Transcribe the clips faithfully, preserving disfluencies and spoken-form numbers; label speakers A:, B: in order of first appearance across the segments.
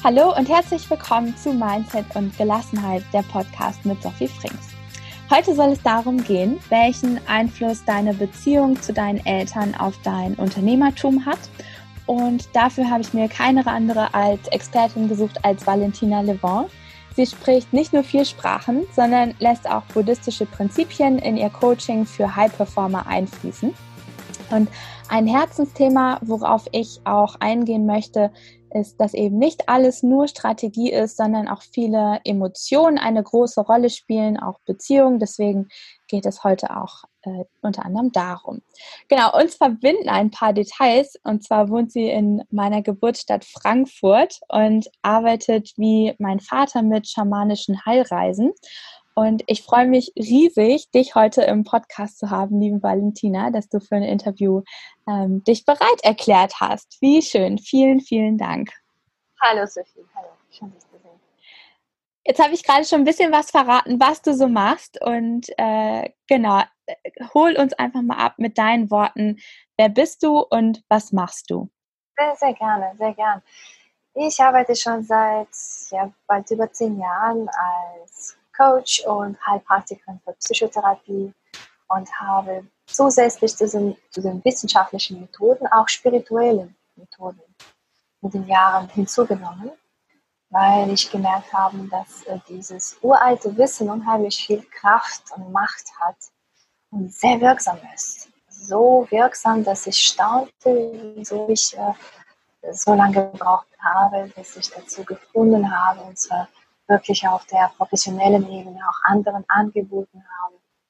A: Hallo und herzlich willkommen zu Mindset und Gelassenheit, der Podcast mit Sophie Frings. Heute soll es darum gehen, welchen Einfluss deine Beziehung zu deinen Eltern auf dein Unternehmertum hat. Und dafür habe ich mir keine andere als Expertin gesucht als Valentina Levent. Sie spricht nicht nur vier Sprachen, sondern lässt auch buddhistische Prinzipien in ihr Coaching für High-Performer einfließen. Und ein Herzensthema, worauf ich auch eingehen möchte, ist, dass eben nicht alles nur Strategie ist, sondern auch viele Emotionen eine große Rolle spielen, auch Beziehungen. Deswegen geht es heute auch äh, unter anderem darum. Genau, uns verbinden ein paar Details. Und zwar wohnt sie in meiner Geburtsstadt Frankfurt und arbeitet wie mein Vater mit schamanischen Heilreisen. Und ich freue mich riesig, dich heute im Podcast zu haben, liebe Valentina, dass du für ein Interview ähm, dich bereit erklärt hast. Wie schön. Vielen, vielen Dank.
B: Hallo Sophie, hallo. Schön, dich zu sehen.
A: Jetzt habe ich gerade schon ein bisschen was verraten, was du so machst. Und äh, genau, hol uns einfach mal ab mit deinen Worten. Wer bist du und was machst du?
B: Sehr, sehr gerne, sehr gern. Ich arbeite schon seit ja, bald über zehn Jahren als Coach und Heilpraktikerin für Psychotherapie und habe zusätzlich zu den, zu den wissenschaftlichen Methoden auch spirituelle Methoden mit den Jahren hinzugenommen, weil ich gemerkt habe, dass äh, dieses uralte Wissen unheimlich viel Kraft und Macht hat und sehr wirksam ist. So wirksam, dass ich staunte, wieso ich äh, so lange gebraucht habe, bis ich dazu gefunden habe, und zwar wirklich auf der professionellen Ebene auch anderen angeboten habe.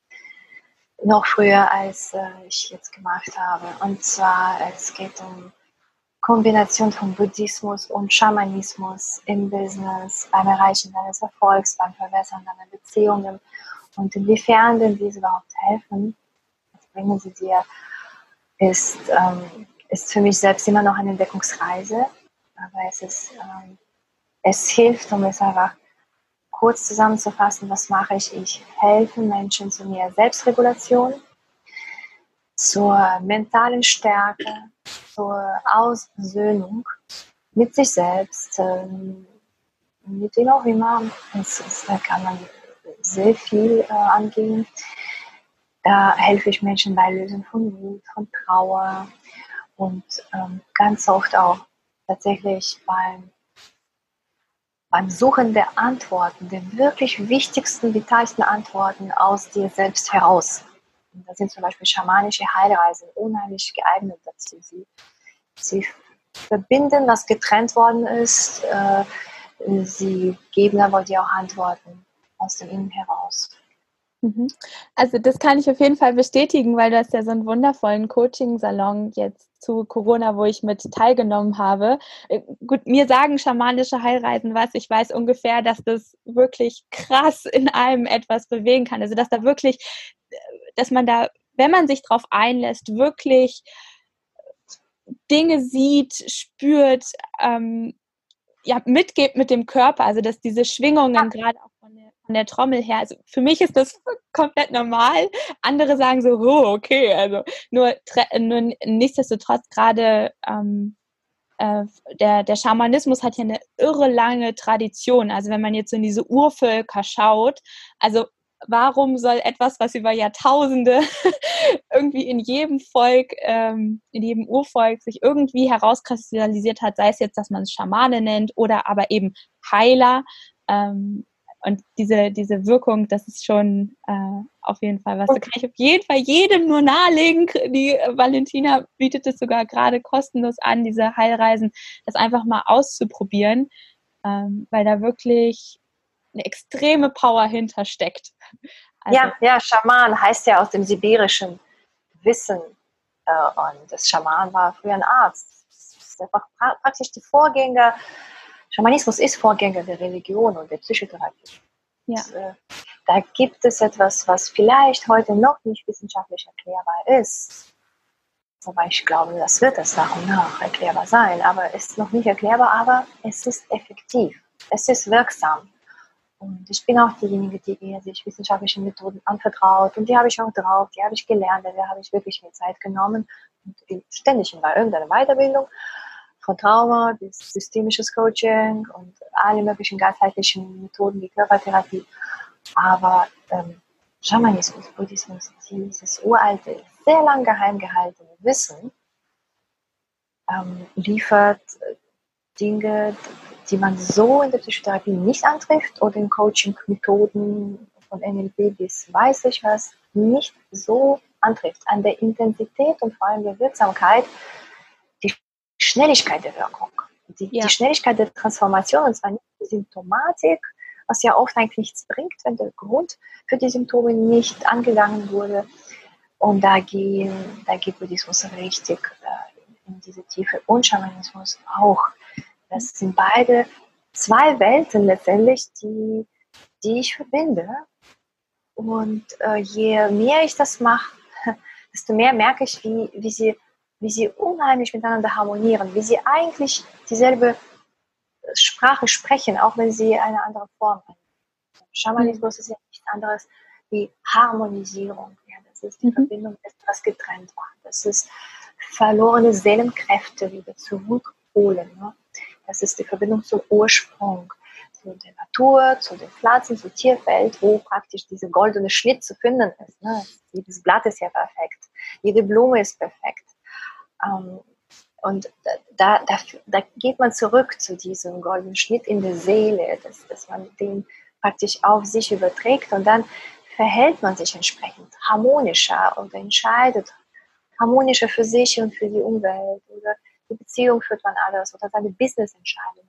B: Noch früher, als äh, ich jetzt gemacht habe. Und zwar, es geht um Kombination von Buddhismus und Schamanismus im Business, beim Erreichen deines Erfolgs, beim Verbessern deiner Beziehungen. Und inwiefern denn diese überhaupt helfen, was bringen sie dir, ist, ähm, ist für mich selbst immer noch eine Entdeckungsreise. Aber es ist, ähm, es hilft, um es einfach kurz zusammenzufassen, was mache ich? Ich helfe Menschen zu mehr Selbstregulation, zur mentalen Stärke, zur Aussöhnung mit sich selbst, ähm, mit dem auch immer. Es, es, da kann man sehr viel äh, angehen. Da helfe ich Menschen bei Lösen von Wut, von Trauer und ähm, ganz oft auch tatsächlich beim beim Suchen der Antworten, der wirklich wichtigsten, vitalsten Antworten aus dir selbst heraus. Und da sind zum Beispiel schamanische Heilreisen unheimlich geeignet dazu. Sie, sie verbinden, was getrennt worden ist. Äh, sie geben aber dir auch Antworten aus dem Innen heraus.
A: Also das kann ich auf jeden Fall bestätigen, weil du hast ja so einen wundervollen Coaching-Salon jetzt zu Corona, wo ich mit teilgenommen habe. Gut, mir sagen schamanische Heilreisen was. Ich weiß ungefähr, dass das wirklich krass in einem etwas bewegen kann. Also dass da wirklich, dass man da, wenn man sich drauf einlässt, wirklich Dinge sieht, spürt, ähm, ja, mitgebt mit dem Körper. Also dass diese Schwingungen ja. gerade auch von der von der Trommel her, also für mich ist das komplett normal. Andere sagen so, oh, okay, also nur, nur nichtsdestotrotz gerade ähm, äh, der, der Schamanismus hat ja eine irre lange Tradition. Also wenn man jetzt so in diese Urvölker schaut, also warum soll etwas, was über Jahrtausende irgendwie in jedem Volk, ähm, in jedem Urvolk sich irgendwie herauskristallisiert hat, sei es jetzt, dass man es Schamane nennt oder aber eben Heiler, ähm, und diese, diese Wirkung, das ist schon äh, auf jeden Fall was. Da kann ich auf jeden Fall jedem nur nahelegen. Die Valentina bietet es sogar gerade kostenlos an, diese Heilreisen, das einfach mal auszuprobieren, ähm, weil da wirklich eine extreme Power hintersteckt.
B: Also, ja, ja, Schaman heißt ja aus dem sibirischen Wissen. Äh, und das Schaman war früher ein Arzt. Das ist einfach pra- praktisch die Vorgänger. Schamanismus ist Vorgänger der Religion und der Psychotherapie. Ja. Und, äh, da gibt es etwas, was vielleicht heute noch nicht wissenschaftlich erklärbar ist. Wobei ich glaube, das wird es nach und nach erklärbar sein. Aber es ist noch nicht erklärbar, aber es ist effektiv. Es ist wirksam. Und ich bin auch diejenige, die eher sich wissenschaftlichen Methoden anvertraut. Und die habe ich auch drauf, die habe ich gelernt, da habe ich wirklich viel Zeit genommen. Und bin ständig in irgendeiner Weiterbildung. von Trauma bis systemisches Coaching und alle möglichen ganzheitlichen Methoden wie Körpertherapie. Aber ähm, Schamanismus, Buddhismus, dieses uralte, sehr lang geheim gehaltene Wissen ähm, liefert Dinge, die man so in der Psychotherapie nicht antrifft oder in Coaching-Methoden von N L P bis weiß ich was nicht so antrifft. An der Intensität und vor allem der Wirksamkeit, die Schnelligkeit der Wirkung, die, ja. die Schnelligkeit der Transformation, und zwar nicht die Symptomatik, was ja oft eigentlich nichts bringt, wenn der Grund für die Symptome nicht angegangen wurde. Und da, gehen, da geht Buddhismus richtig äh, in diese Tiefe und Schamanismus auch. Das sind beide zwei Welten letztendlich, die, die ich verbinde. Und äh, je mehr ich das mache, desto mehr merke ich, wie, wie, sie, wie sie unheimlich miteinander harmonieren, wie sie eigentlich dieselbe Sprache sprechen, auch wenn sie eine andere Form haben. Schamanismus mhm. ist ja nichts anderes wie Harmonisierung. Ja, das ist die mhm. Verbindung, was getrennt war. Das ist verlorene Seelenkräfte wieder zurückholen. Ne? Das ist die Verbindung zum Ursprung, zu der Natur, zu den Pflanzen, zum Tierfeld, wo praktisch dieser goldene Schnitt zu finden ist. Ne? Jedes Blatt ist ja perfekt, jede Blume ist perfekt. Ähm, und da, da, da geht man zurück zu diesem goldenen Schnitt in der Seele, dass, dass man den praktisch auf sich überträgt und dann verhält man sich entsprechend harmonischer oder entscheidet harmonischer für sich und für die Umwelt oder die Beziehung führt man alles oder seine Business-Entscheidungen.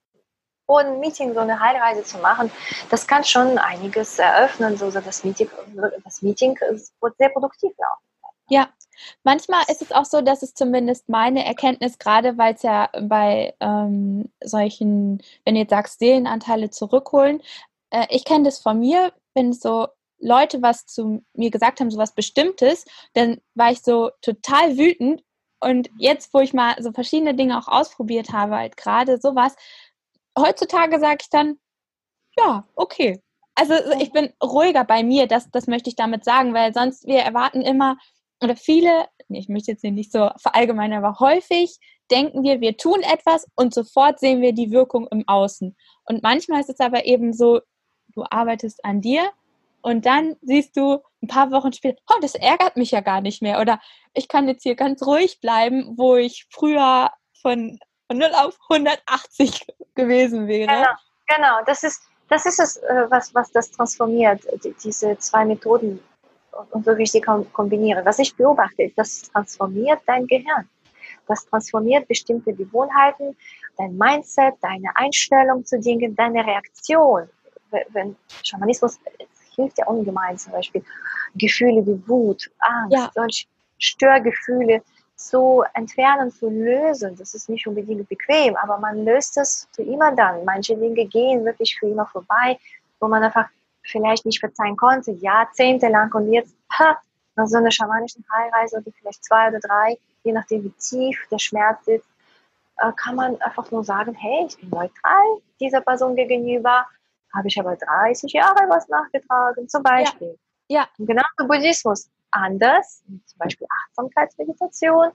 B: Und ein Meeting, so eine Heilreise zu machen, das kann schon einiges eröffnen, so dass das Meeting, das Meeting wird sehr produktiv laufen.
A: Ja, manchmal ist es auch so, dass es zumindest meine Erkenntnis, gerade weil es ja bei ähm, solchen, wenn du jetzt sagst, Seelenanteile zurückholen, äh, ich kenne das von mir, wenn so Leute was zu mir gesagt haben, so was Bestimmtes, dann war ich so total wütend. Und jetzt, wo ich mal so verschiedene Dinge auch ausprobiert habe, halt gerade sowas, heutzutage sage ich dann, ja, okay. Also ich bin ruhiger bei mir, das, das möchte ich damit sagen, weil sonst wir erwarten immer, oder viele, ich möchte jetzt nicht so verallgemeinern, aber häufig denken wir, wir tun etwas und sofort sehen wir die Wirkung im Außen. Und manchmal ist es aber eben so, du arbeitest an dir und dann siehst du ein paar Wochen später, oh, das ärgert mich ja gar nicht mehr. Oder ich kann jetzt hier ganz ruhig bleiben, wo ich früher von, von null auf hundertachtzig gewesen wäre.
B: Genau, genau. Das ist, das ist es, was, was das transformiert, die, diese zwei Methoden und wirklich die kombinieren. Was ich beobachte, ist, das transformiert dein Gehirn. Das transformiert bestimmte Gewohnheiten, dein Mindset, deine Einstellung zu Dingen, deine Reaktion. Wenn Schamanismus hilft ja ungemein, zum Beispiel Gefühle wie Wut, Angst, ja. solche Störgefühle zu entfernen, zu lösen. Das ist nicht unbedingt bequem, aber man löst es für immer dann. Manche Dinge gehen wirklich für immer vorbei, wo man einfach vielleicht nicht verzeihen konnte, jahrzehntelang, und jetzt, ha, nach so einer schamanischen Heilreise oder vielleicht zwei oder drei, je nachdem wie tief der Schmerz ist, kann man einfach nur sagen, hey, ich bin neutral dieser Person gegenüber, habe ich aber dreißig Jahre was nachgetragen, zum Beispiel.
A: Ja. Ja.
B: Und genau der Buddhismus anders, zum Beispiel Achtsamkeitsmeditation,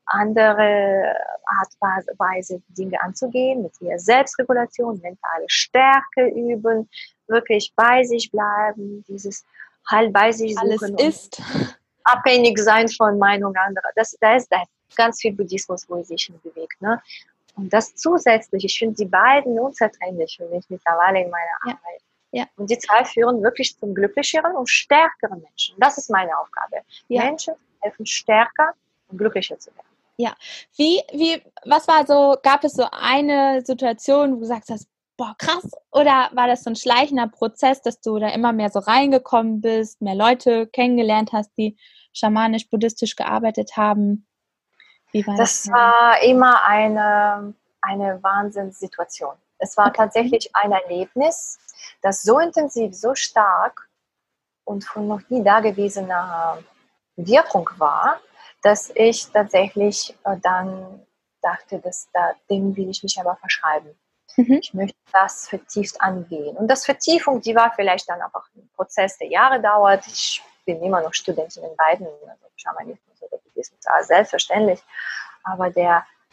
B: andere Art und Weise, Dinge anzugehen, mit ihrer Selbstregulation, mentale Stärke üben, wirklich bei sich bleiben, dieses halt bei sich suchen.
A: Alles ist.
B: Abhängig sein von Meinung anderer. Das, da ist das ganz viel Buddhismus, wo es sich bewegt. Ne? Und das zusätzlich, ich finde die beiden unzertrennlich für mich mittlerweile in meiner
A: ja.
B: Arbeit.
A: Ja.
B: Und die zwei führen wirklich zum glücklicheren und stärkeren Menschen. Das ist meine Aufgabe. Ja. Menschen helfen, stärker und glücklicher zu werden.
A: Ja. Wie, wie, was war so, gab es so eine Situation, wo du gesagt hast, boah, krass, oder war das so ein schleichender Prozess, dass du da immer mehr so reingekommen bist, mehr Leute kennengelernt hast, die schamanisch-buddhistisch gearbeitet haben? Wie war das?
B: Das war immer eine, eine Wahnsinnssituation. Es war okay. tatsächlich ein Erlebnis, das so intensiv, so stark und von noch nie dagewesener Wirkung war, dass ich tatsächlich äh, dann dachte, dass da, dem will ich mich aber verschreiben. Mhm. Ich möchte das vertieft angehen. Und das Vertiefung, die war vielleicht dann einfach ein Prozess, der Jahre dauert. Ich bin immer noch Studentin in beiden, also Schamanismus oder Buddhismus, selbstverständlich. Aber der,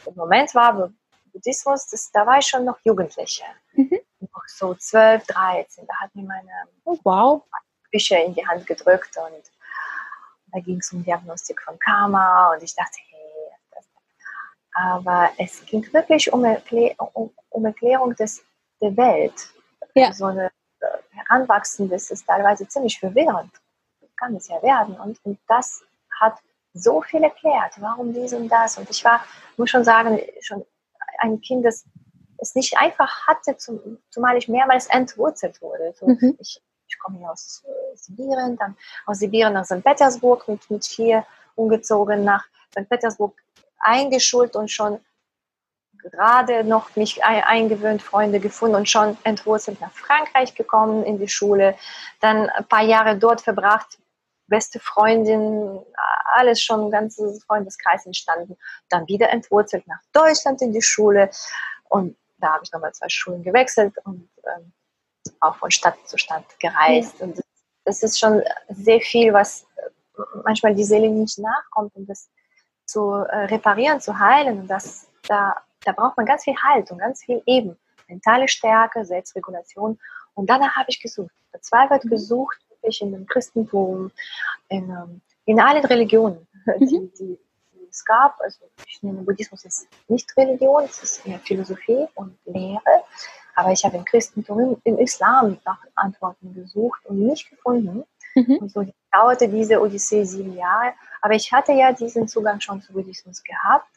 B: im Moment war Buddhismus, das, da war ich schon noch Jugendliche.
A: Mhm.
B: Noch so zwölf, dreizehn. Da hat mir meine
A: oh, wow.
B: Bücher in die Hand gedrückt und da ging es um Diagnostik von Karma und ich dachte, hey, das, aber es ging wirklich um, Erklär, um, um Erklärung des, der Welt.
A: Ja.
B: So eine äh, Heranwachsendes ist teilweise ziemlich verwirrend. Kann es ja werden. Und, und das hat so viel erklärt, warum dies und das. Und ich war, muss schon sagen, schon ein Kind, das es nicht einfach hatte, zum, zumal ich mehrmals entwurzelt wurde. So,
A: mhm.
B: ich, ich komme hier aus äh, Sibirien, dann aus Sibirien nach Sankt Petersburg, mit, mit vier umgezogen, nach Sankt Petersburg eingeschult und schon gerade noch mich ein, eingewöhnt, Freunde gefunden und schon entwurzelt nach Frankreich gekommen in die Schule, dann ein paar Jahre dort verbracht, beste Freundin, alles schon, ein ganzes Freundeskreis entstanden, dann wieder entwurzelt nach Deutschland in die Schule und da habe ich nochmal zwei Schulen gewechselt und ähm, auch von Stadt zu Stadt gereist. Und das ist schon sehr viel, was manchmal die Seele nicht nachkommt, um das zu äh, reparieren, zu heilen. Und das, da, da braucht man ganz viel Halt und ganz viel eben. Mentale Stärke, Selbstregulation. Und danach habe ich gesucht. Verzweifelt mhm. gesucht, wirklich in dem Christentum, in, in allen Religionen, mhm. die, die, die es gab. Also ich nehme Buddhismus ist nicht Religion, es ist eher Philosophie und Lehre. Aber ich habe im Christentum, im, im Islam nach Antworten gesucht und nicht gefunden. Mhm. Und so dauerte diese Odyssee sieben Jahre. Aber ich hatte ja diesen Zugang schon zu Buddhismus gehabt.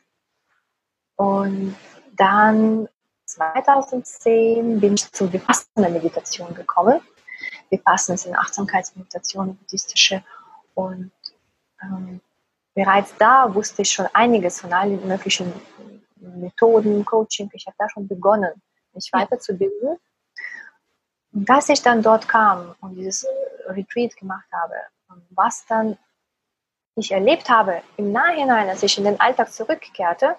B: Und dann zweitausendzehn bin ich zur Vipassana-Meditation gekommen. Vipassana ist eine Achtsamkeitsmeditation, buddhistische. Und ähm, bereits da wusste ich schon einiges von allen möglichen Methoden, Coaching. Ich habe da schon begonnen, mich ja. weiterzubilden. Und als ich dann dort kam und dieses Retreat gemacht habe, was dann ich erlebt habe im Nachhinein, als ich in den Alltag zurückkehrte,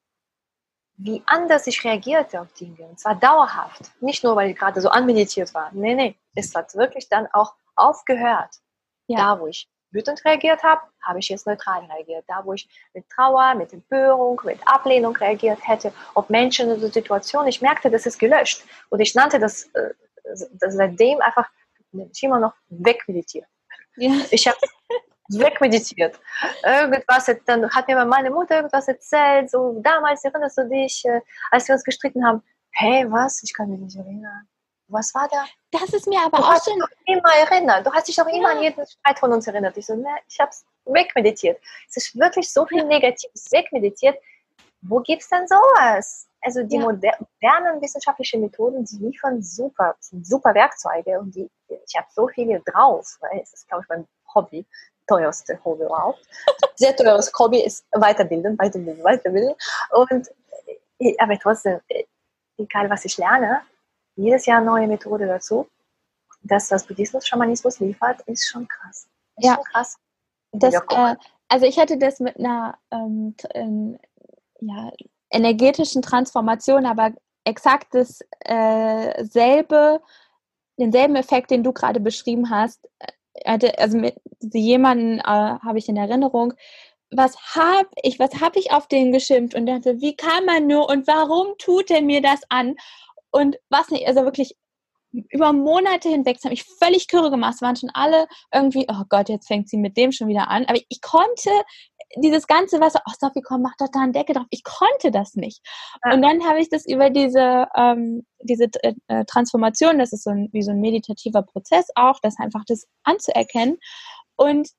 B: wie anders ich reagierte auf Dinge. Und zwar dauerhaft. Nicht nur, weil ich gerade so anmeditiert war. Nee, nee. Es hat wirklich dann auch aufgehört. Ja. Da, wo ich wütend reagiert habe, habe ich jetzt neutral reagiert. Da, wo ich mit Trauer, mit Empörung, mit Ablehnung reagiert hätte, ob Menschen oder Situationen, ich merkte, das ist gelöscht. Und ich nannte das, äh, das seitdem einfach, ich immer noch wegmeditiert. Ja. Ich habe wegmeditiert. Irgendwas, dann hat mir meine Mutter irgendwas erzählt, so damals, erinnerst du dich, als wir uns gestritten haben? Hey, was? Ich kann mich nicht erinnern. Was war da?
A: Das ist mir aber
B: du
A: auch
B: hast
A: schon...
B: dich doch immer erinnert. Du hast dich doch immer ja. an jeden Streit von uns erinnert. Ich so, ne, ich habe es wegmeditiert. Es ist wirklich so viel Negatives wegmeditiert. Wo gibt es denn sowas? Also die ja. modernen wissenschaftlichen Methoden, die liefern super, sind super Werkzeuge und die, ich habe so viele drauf. Weil es ist, glaube ich, mein Hobby. Teuerste Hobby überhaupt. Sehr teures Hobby ist Weiterbilden, Weiterbilden, Weiterbilden. Und, aber trotzdem, egal was ich lerne, jedes Jahr neue Methode dazu. Dass das Buddhismus Schamanismus liefert, ist schon krass. Ist
A: ja.
B: schon krass.
A: Das, äh, also ich hatte das mit einer ähm, ähm, ja, energetischen Transformation, aber exakt dasselbe, äh, denselben Effekt, den du gerade beschrieben hast, hatte, also mit jemanden äh, habe ich in Erinnerung, was habe ich, was habe ich auf den geschimpft und dachte, wie kann man nur und warum tut er mir das an? Und was nicht, also wirklich über Monate hinweg, das hat mich völlig kirre gemacht, es waren schon alle irgendwie, oh Gott, jetzt fängt sie mit dem schon wieder an, aber ich, ich konnte dieses ganze Wasser, oh Sophie, komm, mach doch da eine Decke drauf, ich konnte das nicht. Ja. Und dann habe ich das über diese ähm, diese äh, Transformation, das ist so ein, wie so ein meditativer Prozess auch, das einfach das anzuerkennen und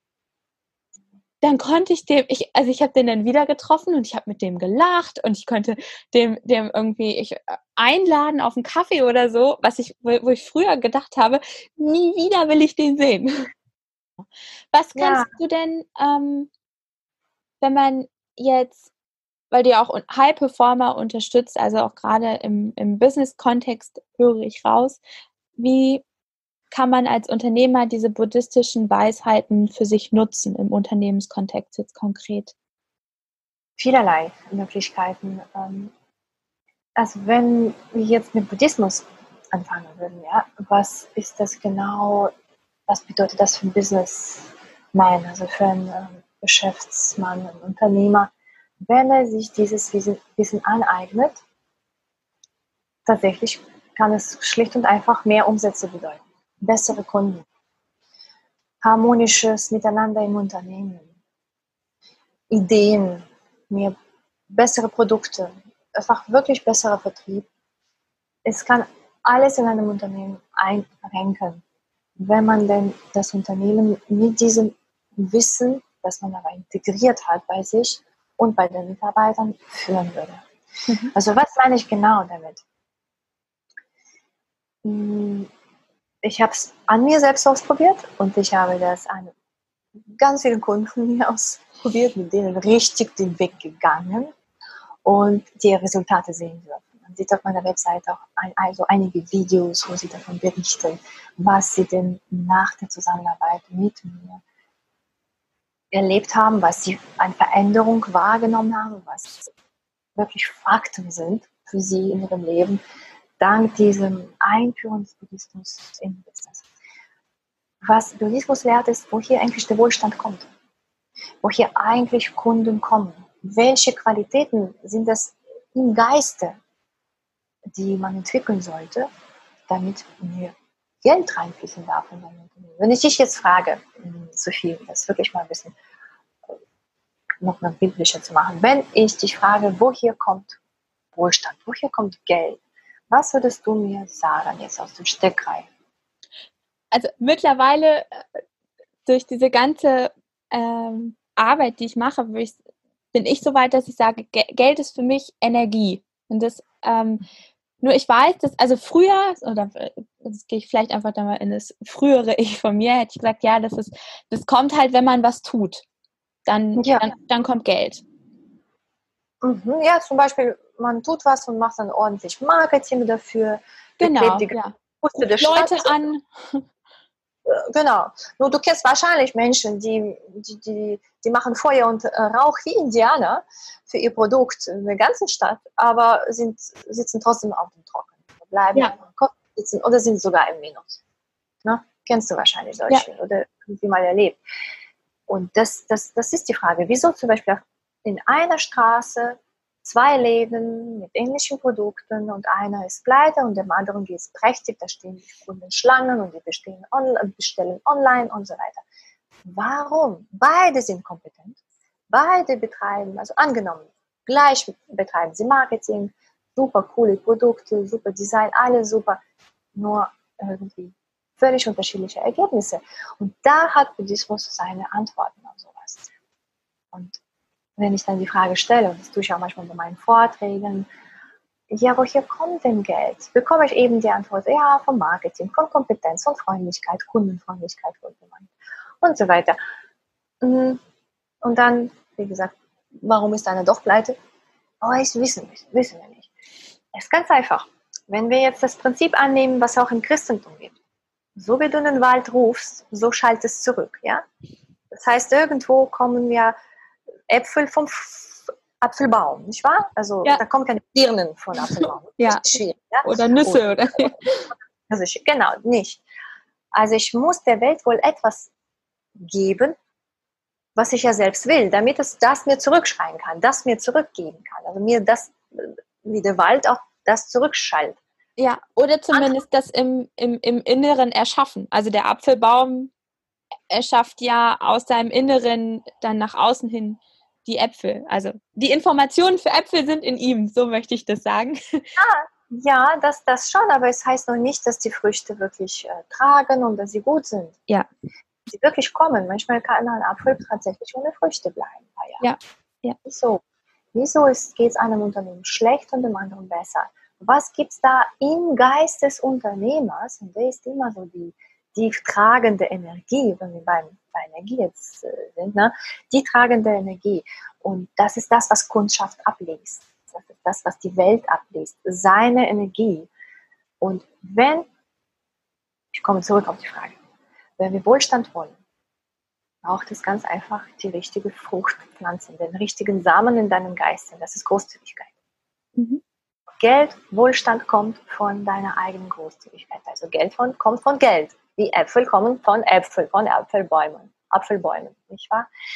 A: dann konnte ich dem, ich, also ich habe den dann wieder getroffen und ich habe mit dem gelacht und ich konnte dem, dem irgendwie ich, einladen auf einen Kaffee oder so, was ich, wo, wo ich früher gedacht habe, nie wieder will ich den sehen. Was kannst ja. du denn, ähm, wenn man jetzt, weil du ja auch High-Performer unterstützt, also auch gerade im, im Business-Kontext höre ich raus, wie kann man als Unternehmer diese buddhistischen Weisheiten für sich nutzen im Unternehmenskontext jetzt konkret?
B: Vielerlei Möglichkeiten. Also wenn wir jetzt mit Buddhismus anfangen würden, ja, was ist das genau, was bedeutet das für ein Businessman, also für einen Geschäftsmann, einen Unternehmer? wenn er sich dieses Wissen, Wissen aneignet, tatsächlich kann es schlicht und einfach mehr Umsätze bedeuten, bessere Kunden, harmonisches Miteinander im Unternehmen, Ideen, mehr bessere Produkte, einfach wirklich besserer Vertrieb. Es kann alles in einem Unternehmen einrenken, wenn man denn das Unternehmen mit diesem Wissen, das man aber integriert hat bei sich und bei den Mitarbeitern, führen würde. Mhm. Also was meine ich genau damit? Ich habe es an mir selbst ausprobiert und ich habe das an ganz vielen Kunden von mir ausprobiert, mit denen richtig den Weg gegangen und die Resultate sehen dürfen. Man sieht auf meiner Webseite auch ein, also einige Videos, wo sie davon berichten, was sie denn nach der Zusammenarbeit mit mir erlebt haben, was sie an Veränderung wahrgenommen haben, was wirklich Fakten sind für sie in ihrem Leben, dank diesem Einführung des Buddhismus in Business. Was Buddhismus lehrt, ist, wo hier eigentlich der Wohlstand kommt, wo hier eigentlich Kunden kommen. Welche Qualitäten sind das im Geiste, die man entwickeln sollte, damit mir Geld reinfließen darf in mein Unternehmen. Wenn ich dich jetzt frage, Sophie, das wirklich mal ein bisschen noch mal bildlicher zu machen, wenn ich dich frage, woher kommt Wohlstand, woher kommt Geld, was würdest du mir sagen jetzt aus dem Stegreif?
A: Also mittlerweile durch diese ganze ähm, Arbeit, die ich mache, ich, bin ich so weit, dass ich sage, Ge- Geld ist für mich Energie. Und das, ähm, nur ich weiß, dass, also früher, oder jetzt gehe ich vielleicht einfach da mal in das frühere Ich von mir, hätte ich gesagt, ja, das ist, das kommt halt, wenn man was tut. Dann,
B: ja.
A: dann, dann kommt Geld.
B: Mhm, ja, zum Beispiel, man tut was und macht dann ordentlich Marketing dafür.
A: Genau, die ja.
B: Der
A: Leute
B: Stadt
A: an.
B: Genau. Nur du kennst wahrscheinlich Menschen, die, die, die, die machen Feuer und äh, Rauch wie Indianer für ihr Produkt in der ganzen Stadt, aber sind, sitzen trotzdem auf dem Trockenen. Bleiben
A: ja.
B: am Kopf sitzen oder sind sogar im Minus. Ne? Kennst du wahrscheinlich solche ja. oder irgendwie mal erlebt. Und das, das, das ist die Frage. Wieso zum Beispiel in einer Straße zwei Läden mit ähnlichen Produkten und einer ist pleite und dem anderen geht es prächtig, da stehen die Kunden Schlangen und die bestehen on, bestellen online und so weiter. Warum? Beide sind kompetent, beide betreiben, also angenommen, gleich betreiben sie Marketing, super coole Produkte, super Design, alles super, nur irgendwie völlig unterschiedliche Ergebnisse. Und da hat Buddhismus seine Antworten auf sowas. Und wenn ich dann die Frage stelle, und das tue ich auch manchmal bei meinen Vorträgen, ja, woher kommt denn Geld? Bekomme ich eben die Antwort, ja, vom Marketing, von Kompetenz, von Freundlichkeit, Kundenfreundlichkeit und so weiter. Und dann, wie gesagt, warum ist einer doch pleite? Oh, ich wissen nicht, wissen wir nicht. Es ist ganz einfach. Wenn wir jetzt das Prinzip annehmen, was auch im Christentum gibt, so wie du in den Wald rufst, so schallt es zurück, ja? Das heißt, irgendwo kommen ja Äpfel vom Apfelbaum, nicht wahr? Also ja. Da kommen keine Birnen von Apfelbaum.
A: ja.
B: Schwierig, ja.
A: Oder Nüsse. Oder, oder
B: also ich, genau, nicht. Also ich muss der Welt wohl etwas geben, was ich ja selbst will, damit es das mir zurückschreien kann, das mir zurückgeben kann. Also mir das, wie der Wald auch das zurückschallt.
A: Ja, oder zumindest das im, im, im Inneren erschaffen. Also der Apfelbaum erschafft ja aus seinem Inneren dann nach außen hin die Äpfel. Also die Informationen für Äpfel sind in ihm, so möchte ich das sagen.
B: Ah, ja, das, das schon, aber es heißt noch nicht, dass die Früchte wirklich äh, tragen und dass sie gut sind.
A: Ja.
B: Sie wirklich kommen. Manchmal kann ein Apfel tatsächlich ohne Früchte bleiben.
A: Ja. Ja.
B: Wieso? Wieso geht es einem Unternehmen schlecht und dem anderen besser? Was gibt es da im Geist des Unternehmers? Und der ist immer so die, die tragende Energie, wenn wir beim, bei Energie jetzt äh, sind, ne? Die tragende Energie. Und das ist das, was Kundschaft abliest. Das ist das, was die Welt abliest. Seine Energie. Und wenn, ich komme zurück auf die Frage, wenn wir Wohlstand wollen, braucht es ganz einfach die richtige Fruchtpflanze, den richtigen Samen in deinem Geist. Das ist Großzügigkeit. Mhm. Geld, Wohlstand kommt von deiner eigenen Großzügigkeit. Also Geld von, kommt von Geld. Die Äpfel kommen von Äpfeln, von Apfelbäumen, Apfelbäumen, nicht wahr?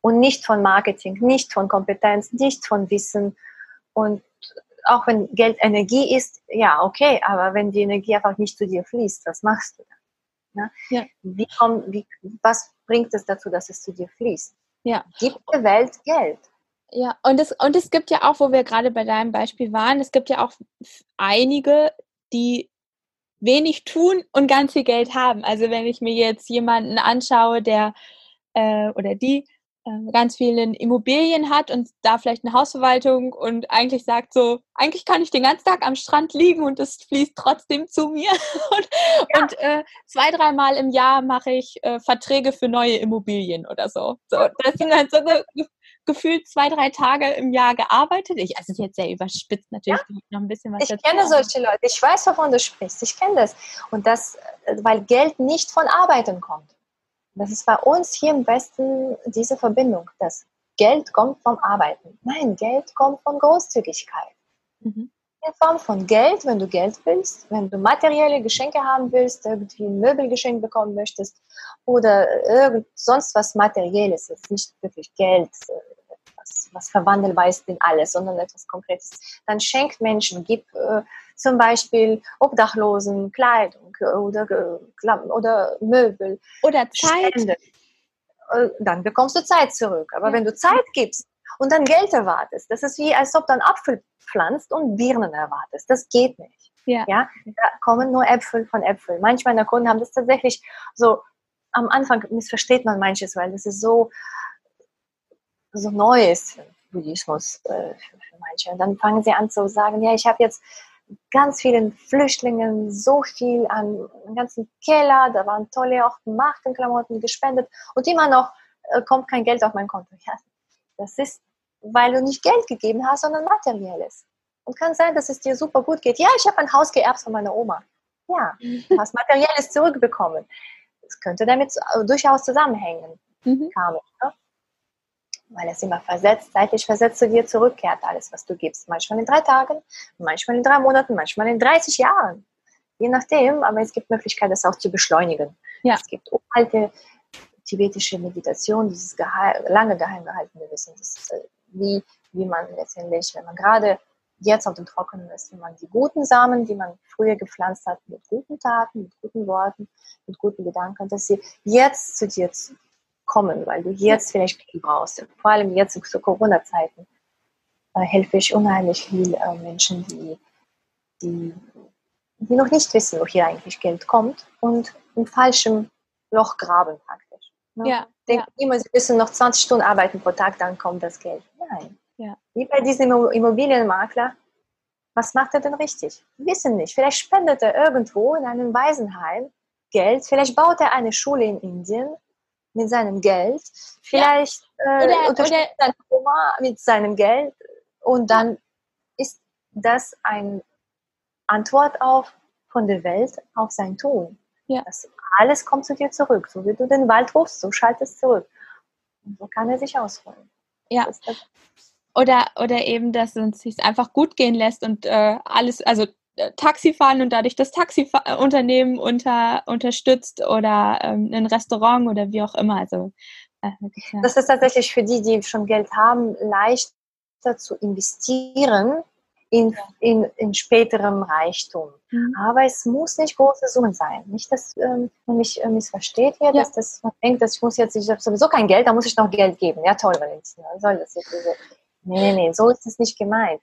B: und nicht von Marketing, nicht von Kompetenz, nicht von Wissen. Und auch wenn Geld Energie ist, ja, okay, aber wenn die Energie einfach nicht zu dir fließt, was machst du dann? Ne?
A: Ja.
B: Wie komm, wie, was bringt es dazu, dass es zu dir fließt?
A: Ja.
B: Gibt der Welt Geld.
A: Ja, und es, und es gibt ja auch, wo wir gerade bei deinem Beispiel waren, es gibt ja auch einige, die wenig tun und ganz viel Geld haben. Also wenn ich mir jetzt jemanden anschaue, der äh, oder die äh, ganz viele Immobilien hat und da vielleicht eine Hausverwaltung und eigentlich sagt so, eigentlich kann ich den ganzen Tag am Strand liegen und es fließt trotzdem zu mir. und
B: Ja.
A: und äh, zwei, dreimal im Jahr mache ich äh, Verträge für neue Immobilien oder so. So, das sind halt so ge gefühlt zwei, drei Tage im Jahr gearbeitet. Ich, also jetzt sehr überspitzt natürlich,
B: Ja.
A: noch ein bisschen was
B: Ich
A: dazu.
B: kenne solche Leute, ich weiß, wovon du sprichst, ich kenne das. Und das, weil Geld nicht von Arbeiten kommt. Das ist bei uns hier im Westen diese Verbindung, dass Geld kommt vom Arbeiten. Nein, Geld kommt von Großzügigkeit.
A: Mhm.
B: In Form von Geld, wenn du Geld willst, wenn du materielle Geschenke haben willst, irgendwie ein Möbelgeschenk bekommen möchtest oder irgend sonst was Materielles, jetzt nicht wirklich Geld, was, was verwandelbar ist in alles, sondern etwas Konkretes, dann schenkt Menschen, gib äh, zum Beispiel Obdachlosen Kleidung oder, oder Möbel.
A: Oder Zeit.
B: Spende. Dann bekommst du Zeit zurück. Aber ja. wenn du Zeit gibst und dann Geld erwartest, das ist wie, als ob du einen Apfel pflanzt und Birnen erwartest. Das geht nicht.
A: Ja.
B: Ja? Da kommen nur Äpfel von Äpfeln. Manche meiner Kunden haben das tatsächlich so, am Anfang missversteht man manches, weil das ist so, so neu ist für Buddhismus äh, für, für manche. Und dann fangen sie an zu sagen, ja, ich habe jetzt ganz vielen Flüchtlingen so viel an einem ganzen Keller, da waren tolle auch Markenklamotten gespendet und immer noch äh, kommt kein Geld auf mein Konto. Ja, das ist, weil du nicht Geld gegeben hast, sondern Materielles. Und kann sein, dass es dir super gut geht. Ja, ich habe ein Haus geerbt von meiner Oma. Ja, du hast Materielles zurückbekommen. Das könnte damit durchaus zusammenhängen.
A: Mhm.
B: Karmisch, ne? Weil es immer versetzt, zeitlich versetzt zu dir zurückkehrt, alles, was du gibst. Manchmal in drei Tagen, manchmal in drei Monaten, manchmal in dreißig Jahren. Je nachdem, aber es gibt Möglichkeit, das auch zu beschleunigen.
A: Ja.
B: Es gibt alte tibetische Meditation, dieses geheim, lange geheim gehaltene Wissen. Das ist, äh, wie, wie man letztendlich, wenn man gerade jetzt auf dem Trockenen ist, wie man die guten Samen, die man früher gepflanzt hat, mit guten Taten, mit guten Worten, mit guten Gedanken, dass sie jetzt zu dir kommen, weil du jetzt vielleicht viel brauchst. Vor allem jetzt zu Corona-Zeiten äh, helfe ich unheimlich viel äh, Menschen, die, die, die noch nicht wissen, woher eigentlich Geld kommt und im falschen Loch graben praktisch. Ne?
A: Ja,
B: Denken
A: ja.
B: immer, sie müssen noch zwanzig Stunden arbeiten pro Tag, dann kommt das Geld. Nein.
A: Ja.
B: Wie bei diesem Immobilienmakler, was macht er denn richtig? Wir wissen nicht. Vielleicht spendet er irgendwo in einem Waisenheim Geld, vielleicht baut er eine Schule in Indien mit seinem Geld, vielleicht
A: ja.
B: äh,
A: oder,
B: unterstützt
A: oder
B: seine Oma mit seinem Geld und dann ist das eine Antwort auf von der Welt auf sein Tun.
A: Ja.
B: Das alles kommt zu dir zurück. So wie du den Wald rufst, so schaltest zurück. Und so kann er sich ausholen.
A: Ja.
B: Das das.
A: Oder, oder eben, dass es uns sich einfach gut gehen lässt und äh, alles, also äh, Taxi fahren und dadurch das Taxiunternehmen unter, unterstützt oder ähm, ein Restaurant oder wie auch immer. Also, äh,
B: ja. Das ist tatsächlich für die, die schon Geld haben, leichter zu investieren in, in, in späterem Reichtum. Mhm. Aber es muss nicht große Summen sein. Nicht, dass ähm, man mich äh, missversteht hier, ja. dass das, man denkt, dass ich muss jetzt, ich habe sowieso kein Geld, da muss ich noch Geld geben. Ja toll, Valentina, soll das jetzt so? Nee, nee, nee, so ist es nicht gemeint.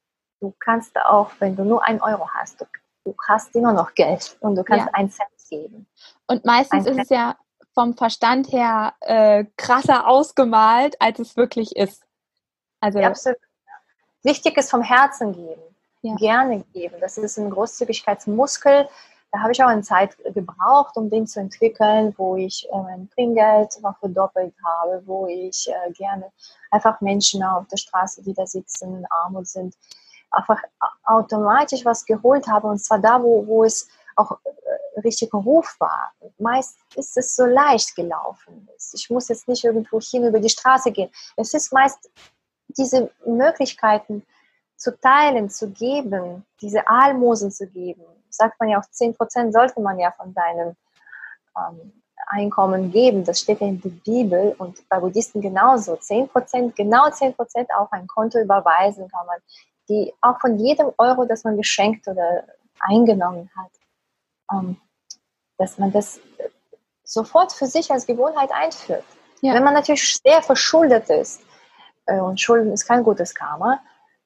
B: Du kannst auch, wenn du nur einen Euro hast, du, du hast immer noch Geld und du kannst ja. einen Cent geben.
A: Und meistens ein ist Cent. Es ja vom Verstand her äh, krasser ausgemalt, als es wirklich ist. Also
B: ja, absolut. Wichtig ist vom Herzen geben,
A: ja.
B: gerne geben. Das ist ein Großzügigkeitsmuskel. Da habe ich auch eine Zeit gebraucht, um den zu entwickeln, wo ich äh, mein Trinkgeld noch verdoppelt habe, wo ich äh, gerne einfach Menschen auf der Straße, die da sitzen, arm sind, einfach automatisch was geholt habe. Und zwar da, wo, wo es auch äh, richtiger Ruf war. Meist ist es so leicht gelaufen. Ich muss jetzt nicht irgendwo hin über die Straße gehen. Es ist meist diese Möglichkeiten zu teilen, zu geben, diese Almosen zu geben. Sagt man ja auch, zehn Prozent sollte man ja von deinem ähm, Einkommen geben. Das steht ja in der Bibel und bei Buddhisten genauso. zehn Prozent, genau zehn Prozent auf ein Konto überweisen kann man, die auch von jedem Euro, das man geschenkt oder eingenommen hat, ähm, dass man das sofort für sich als Gewohnheit einführt. Ja. Wenn man natürlich sehr verschuldet ist, äh, und Schulden ist kein gutes Karma,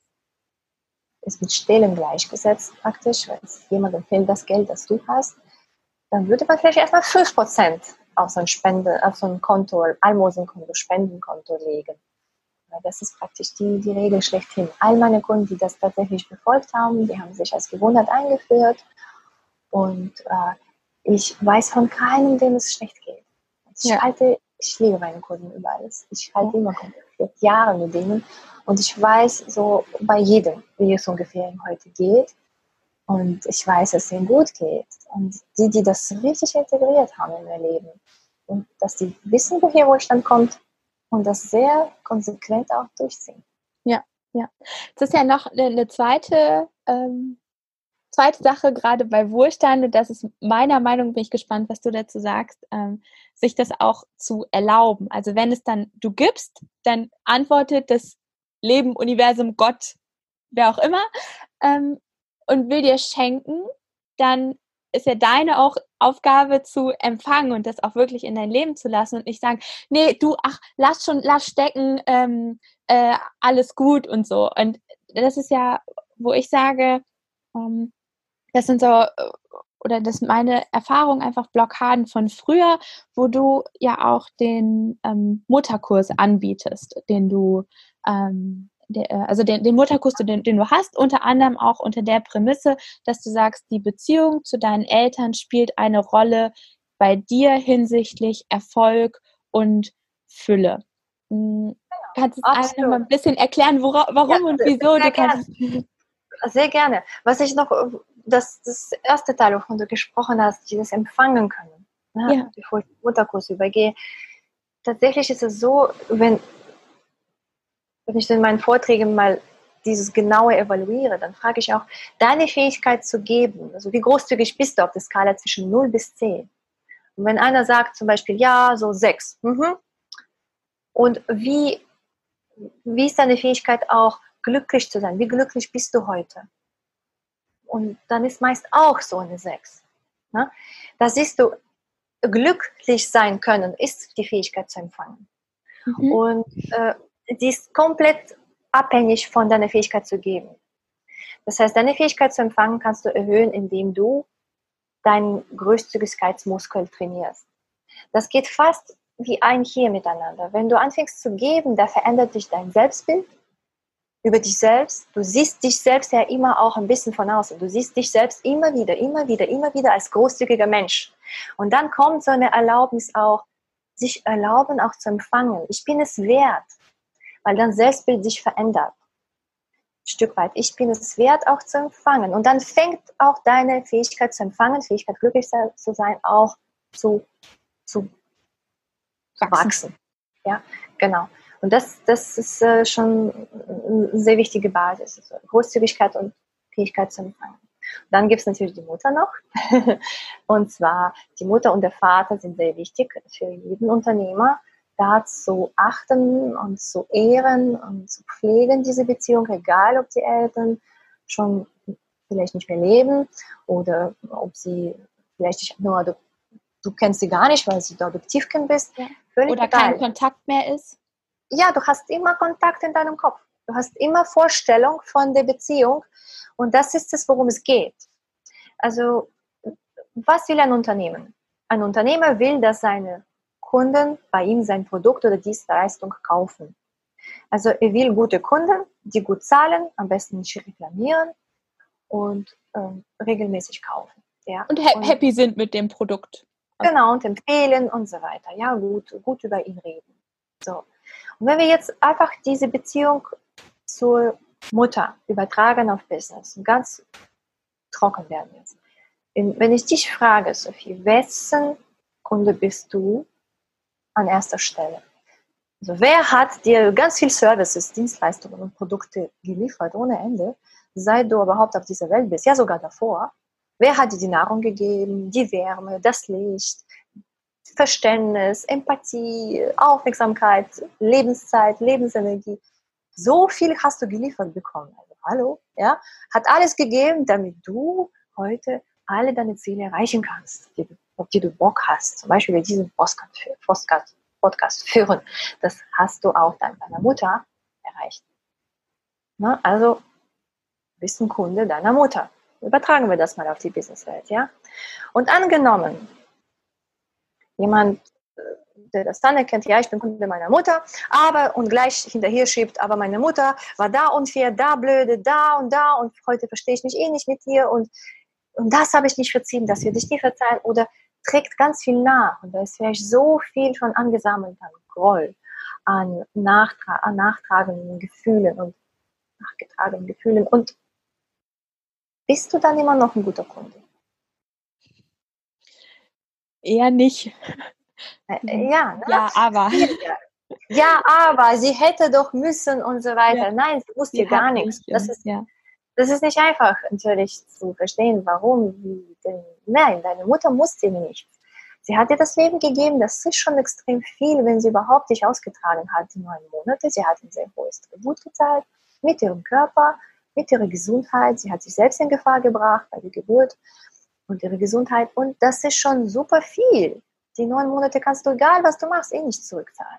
B: ist mit Stehlen gleichgesetzt praktisch, weil es jemandem fehlt das Geld, das du hast, dann würde man vielleicht erstmal fünf Prozent auf so ein Spende, auf so ein Konto, Almosenkonto, Spendenkonto legen. Weil das ist praktisch die, die Regel schlechthin. All meine Kunden, die das tatsächlich befolgt haben, die haben sich als Gewohnheit eingeführt und äh, ich weiß von keinem, dem es schlecht geht. Ich ja. halte, ich liebe meine Kunden über alles. Ich halte immer Kontakt, Jahre mit denen und ich weiß so bei jedem, wie es ungefähr ihm heute geht. Und ich weiß, dass es ihnen gut geht. Und die, die das richtig integriert haben in ihr Leben und dass die wissen, woher Wohlstand kommt und das sehr konsequent auch durchziehen.
A: Ja, ja. Es ist ja noch eine, eine zweite, ähm, zweite Sache, gerade bei Wohlstand, und das ist meiner Meinung nach, bin ich gespannt, was du dazu sagst, ähm, sich das auch zu erlauben. Also wenn es dann du gibst, dann antwortet das Leben, Universum, Gott, wer auch immer, ähm, und will dir schenken, dann ist ja deine auch Aufgabe zu empfangen und das auch wirklich in dein Leben zu lassen und nicht sagen, nee, du, ach, lass schon, lass stecken, ähm, äh, alles gut und so. Und das ist ja, wo ich sage, ähm, das sind so, oder das sind meine Erfahrungen, einfach Blockaden von früher, wo du ja auch den ähm, Mutterkurs anbietest, den du ähm, Der, also den, den Mutterkurs, den, den du hast, unter anderem auch unter der Prämisse, dass du sagst, die Beziehung zu deinen Eltern spielt eine Rolle bei dir hinsichtlich Erfolg und Fülle. Hm, kannst du es einfach noch mal ein bisschen erklären, wora, warum ja, und wieso?
B: Sehr,
A: du kannst
B: gerne. Sehr gerne. Was ich noch, das, das erste Teil, wovon du gesprochen hast, dieses Empfangen können, ne, ja. bevor ich den Mutterkurs übergehe. Tatsächlich ist es so, wenn wenn ich in meinen Vorträgen mal dieses genaue evaluiere, dann frage ich auch, deine Fähigkeit zu geben, also wie großzügig bist du auf der Skala zwischen null bis zehn? Und wenn einer sagt zum Beispiel, ja, so sechs, mhm. und wie, wie ist deine Fähigkeit auch, glücklich zu sein? Wie glücklich bist du heute? Und dann ist meist auch so eine sechs. Ne? Da siehst du, glücklich sein können ist die Fähigkeit zu empfangen. Mhm. Und äh, die ist komplett abhängig von deiner Fähigkeit zu geben. Das heißt, deine Fähigkeit zu empfangen kannst du erhöhen, indem du deinen Großzügigkeitsmuskel trainierst. Das geht fast wie ein hier miteinander. Wenn du anfängst zu geben, da verändert sich dein Selbstbild über dich selbst. Du siehst dich selbst ja immer auch ein bisschen von außen. Du siehst dich selbst immer wieder, immer wieder, immer wieder als großzügiger Mensch. Und dann kommt so eine Erlaubnis auch, sich erlauben auch zu empfangen. Ich bin es wert. Weil dein Selbstbild sich verändert. Ein Stück weit. Ich bin es wert, auch zu empfangen. Und dann fängt auch deine Fähigkeit zu empfangen, Fähigkeit glücklich zu sein, auch zu, zu wachsen. wachsen. Ja, genau. Und das, das ist äh, schon eine sehr wichtige Basis. Also Großzügigkeit und Fähigkeit zu empfangen. Und dann gibt es natürlich die Mutter noch. Und zwar die Mutter und der Vater sind sehr wichtig für jeden Unternehmer. Da zu achten und zu ehren und zu pflegen, diese Beziehung, egal ob die Eltern schon vielleicht nicht mehr leben oder ob sie vielleicht nur, du, du kennst sie gar nicht, weil du Adoptivkind bist.
A: Ja. Oder egal. Kein Kontakt mehr ist.
B: Ja, du hast immer Kontakt in deinem Kopf. Du hast immer Vorstellung von der Beziehung und das ist es, worum es geht. Also, was will ein Unternehmen? Ein Unternehmer will, dass seine Kunden bei ihm sein Produkt oder Dienstleistung kaufen. Also er will gute Kunden, die gut zahlen, am besten nicht reklamieren und ähm, regelmäßig kaufen. Ja.
A: Und, ha- und happy sind mit dem Produkt.
B: Genau, und empfehlen und so weiter. Ja, gut, gut über ihn reden. So. Und wenn wir jetzt einfach diese Beziehung zur Mutter übertragen auf Business, ganz trocken werden jetzt. Wenn ich dich frage, Sophie, wessen Kunde bist du an erster Stelle? Also wer hat dir ganz viel Services, Dienstleistungen und Produkte geliefert ohne Ende, seit du überhaupt auf dieser Welt bist, ja sogar davor? Wer hat dir die Nahrung gegeben, die Wärme, das Licht, Verständnis, Empathie, Aufmerksamkeit, Lebenszeit, Lebensenergie. So viel hast du geliefert bekommen. Also, hallo, ja, hat alles gegeben, damit du heute alle deine Ziele erreichen kannst, die, auf die du Bock hast. Zum Beispiel diesen Podcast, Podcast führen. Das hast du auch dann deiner Mutter erreicht. Na, also bist ein Kunde deiner Mutter. Übertragen wir das mal auf die Businesswelt, ja? Und angenommen, jemand, der das dann erkennt, ja, ich bin Kunde meiner Mutter, aber und gleich hinterher schiebt, aber meine Mutter war da unfair, da blöde, da und da und heute verstehe ich mich eh nicht mit dir und, und das habe ich nicht verziehen, das werde ich nie verzeihen oder trägt ganz viel nach und da ist vielleicht so viel schon angesammelt an Groll, an, Nachtra- an nachtragenden Gefühlen und nachgetragenen Gefühlen und bist du dann immer noch ein guter Kunde?
A: Eher nicht.
B: Äh, ja, ne?
A: Ja, aber.
B: Ja, aber sie hätte doch müssen und so weiter.
A: Ja.
B: Nein, sie wusste
A: Sie
B: gar
A: hat
B: nichts.
A: nicht,
B: Das ist,
A: ja.
B: das ist nicht einfach natürlich zu verstehen, warum. Wie denn? Nein, deine Mutter musste nichts. Sie hat dir das Leben gegeben, das ist schon extrem viel, wenn sie überhaupt dich ausgetragen hat, die neun Monate. Sie hat ein sehr hohes Tribut gezahlt, mit ihrem Körper, mit ihrer Gesundheit. Sie hat sich selbst in Gefahr gebracht bei der Geburt und ihre Gesundheit. Und das ist schon super viel. Die neun Monate kannst du, egal was du machst, eh nicht zurückzahlen.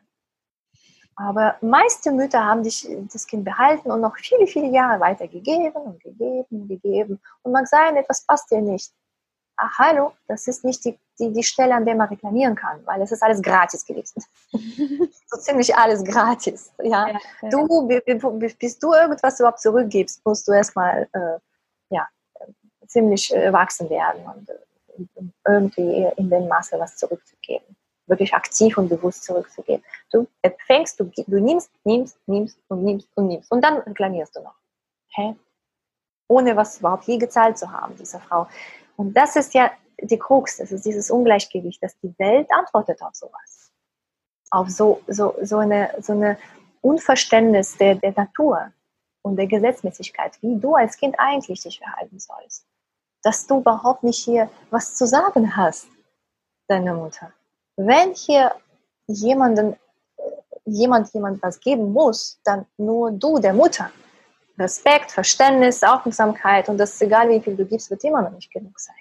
B: Aber meiste Mütter haben dich, das Kind behalten und noch viele, viele Jahre weitergegeben und gegeben und gegeben. Und mag sein, etwas passt dir nicht. Ach, hallo, das ist nicht die, die, die Stelle, an der man reklamieren kann, weil es ist alles gratis gewesen. So ziemlich alles gratis. Ja. Ja, ja. Du, bis du irgendwas überhaupt zurückgibst, musst du erstmal äh, ja, ziemlich erwachsen werden und äh, irgendwie in dem Maße was zurückzugeben. Wirklich aktiv und bewusst zurückzugeben. Du empfängst, du, du nimmst, nimmst, nimmst und nimmst und nimmst. Und dann reklamierst du noch. Hä? Ohne was überhaupt je gezahlt zu haben, dieser Frau. Und das ist ja die Krux, das ist dieses Ungleichgewicht, dass die Welt antwortet auf sowas. Auf so, so, so, eine, so eine Unverständnis der, der Natur und der Gesetzmäßigkeit, wie du als Kind eigentlich dich verhalten sollst. Dass du überhaupt nicht hier was zu sagen hast, deiner Mutter. Wenn hier jemanden, jemand jemand was geben muss, dann nur du, der Mutter. Respekt, Verständnis, Aufmerksamkeit und das ist egal, wie viel du gibst, wird immer noch nicht genug sein.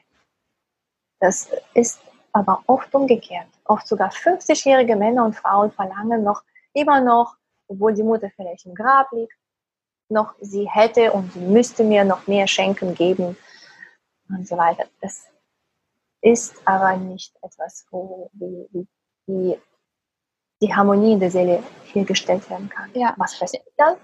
B: Das ist aber oft umgekehrt. Oft sogar fünfzigjährige Männer und Frauen verlangen noch immer noch, obwohl die Mutter vielleicht im Grab liegt, noch sie hätte und sie müsste mir noch mehr schenken, geben und so weiter. Das ist aber nicht etwas, wo wie, wie, wie die Harmonie in der Seele hergestellt werden kann.
A: Ja.
B: Was passiert dann?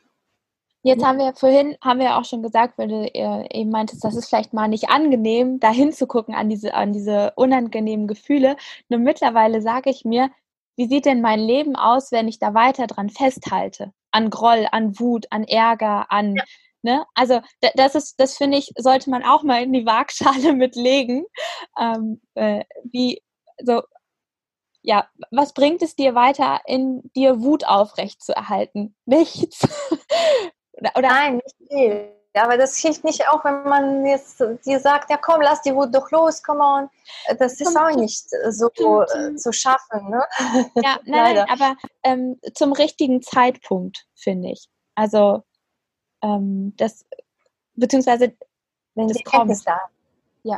A: Jetzt haben wir vorhin, haben wir auch schon gesagt, weil du äh, eben meintest, das ist vielleicht mal nicht angenehm, da hinzugucken an diese, an diese unangenehmen Gefühle. Nur mittlerweile sage ich mir, wie sieht denn mein Leben aus, wenn ich da weiter dran festhalte? An Groll, an Wut, an Ärger, an, ja. ne? Also das ist, das finde ich, sollte man auch mal in die Waagschale mitlegen. Ähm, äh, wie, so, ja, was bringt es dir weiter, in dir Wut aufrecht zu erhalten? Nichts. Oder, oder?
B: Nein, nicht viel. Ja, aber das hilft nicht auch, wenn man jetzt dir sagt, ja komm, lass die Wut doch los, come on. Das ist zum, auch nicht so zum, zum, zu schaffen. Ne?
A: Ja, nein, nein, aber ähm, zum richtigen Zeitpunkt, finde ich. Also ähm, das, beziehungsweise
B: wenn
A: das
B: die Kenntnis da.
A: Ja.